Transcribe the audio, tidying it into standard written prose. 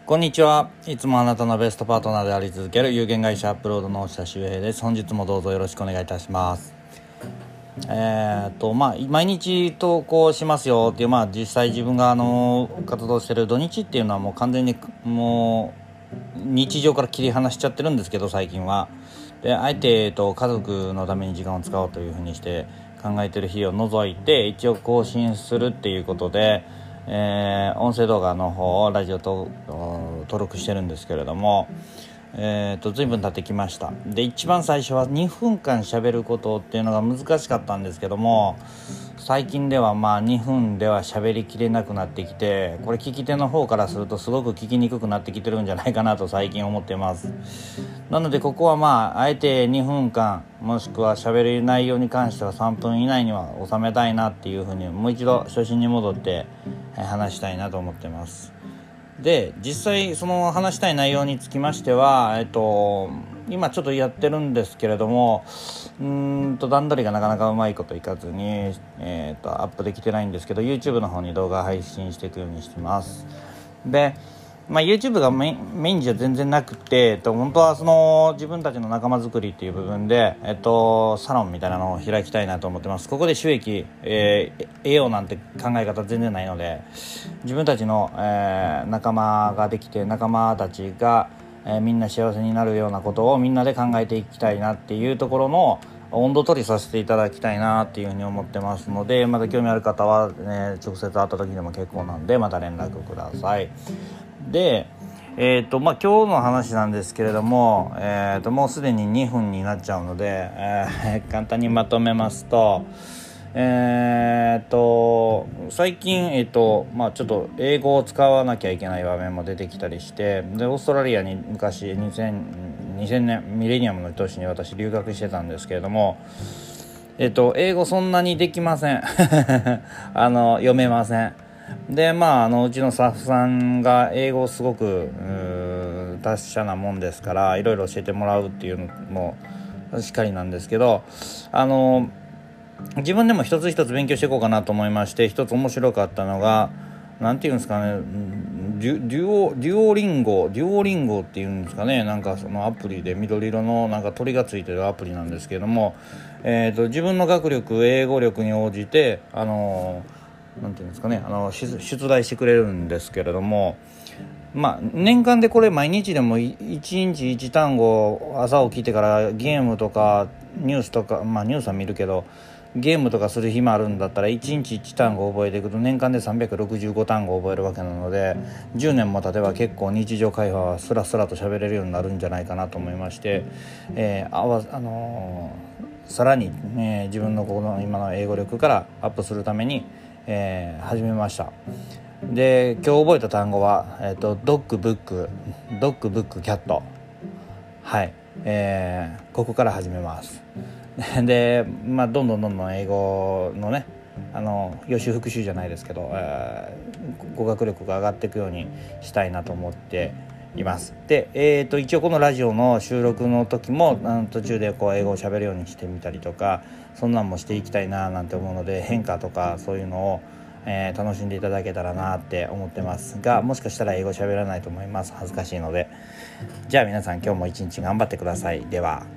こんにちは。いつもあなたのベストパートナーであり続ける有限会社アップロードの大下周平です。本日もどうぞよろしくお願いいたします。毎日投稿しますよっていう、実際自分が活動してる土日っていうのはもう完全にもう日常から切り離しちゃってるんですけど、最近はであえて家族のために時間を使おうというふうにして考えてる日を除いて一応更新するっていうことで、音声動画の方をラジオと登録してるんですけれども、随分経ってきました。で一番最初は2分間喋ることっていうのが難しかったんですけども、最近では2分では喋りきれなくなってきて、これ聞き手の方からするとすごく聞きにくくなってきてるんじゃないかなと最近思っています。なのでここはあえて2分間もしくは喋る内容に関しては3分以内には収めたいなっていうふうに、もう一度初心に戻って話したいなと思ってます。で実際その話したい内容につきましては、今ちょっとやってるんですけれども、段取りがなかなかうまいこといかずに、アップできてないんですけど、 YouTube の方に動画配信していくようにしてます。でYouTube がメインじゃ全然なくて、本当はその自分たちの仲間作りっていう部分で、サロンみたいなのを開きたいなと思ってます。ここで収益、得ようなんて考え方全然ないので、自分たちの、仲間ができて、仲間たちが、みんな幸せになるようなことをみんなで考えていきたいなっていうところの温度取りさせていただきたいなっていうふうに思ってますので、また興味ある方は、直接会った時でも結構なんでまた連絡ください。で今日の話なんですけれども、もうすでに2分になっちゃうので、簡単にまとめますと、最近、ちょっと英語を使わなきゃいけない場面も出てきたりして、でオーストラリアに昔2000年ミレニアムの年に私留学してたんですけれども、英語そんなにできません読めません。でうちのスタッフさんが英語をすごく達者なもんですから、いろいろ教えてもらうっていうのもしっかりなんですけど、自分でも一つ一つ勉強していこうかなと思いまして、一つ面白かったのが、なんていうんですかね、デュオリンゴっていうんですかね、なんかそのアプリで緑色のなんか鳥がついてるアプリなんですけれども、自分の学力英語力に応じてなんていうんですかね、出題してくれるんですけれども、年間でこれ毎日でも1日1単語、朝起きてからゲームとかニュースとか、ニュースは見るけどゲームとかする日もあるんだったら1日1単語覚えていくと年間で365単語覚えるわけなので、10年も経てば結構日常会話はスラスラと喋れるようになるんじゃないかなと思いまして、さらに、自分のこの今の英語力からアップするために、始めました。で今日覚えた単語は、ドッグブックキャット、はい、ここから始めますで、どんどん英語のね、予習復習じゃないですけど、語学力が上がっていくようにしたいなと思っています。で、一応このラジオの収録の時も途中でこう英語を喋るようにしてみたりとか、そんなんもしていきたいななんて思うので、変化とかそういうのを、楽しんでいただけたらなって思ってますが、もしかしたら英語喋らないと思います。恥ずかしいので。じゃあ皆さん今日も一日頑張ってください。では。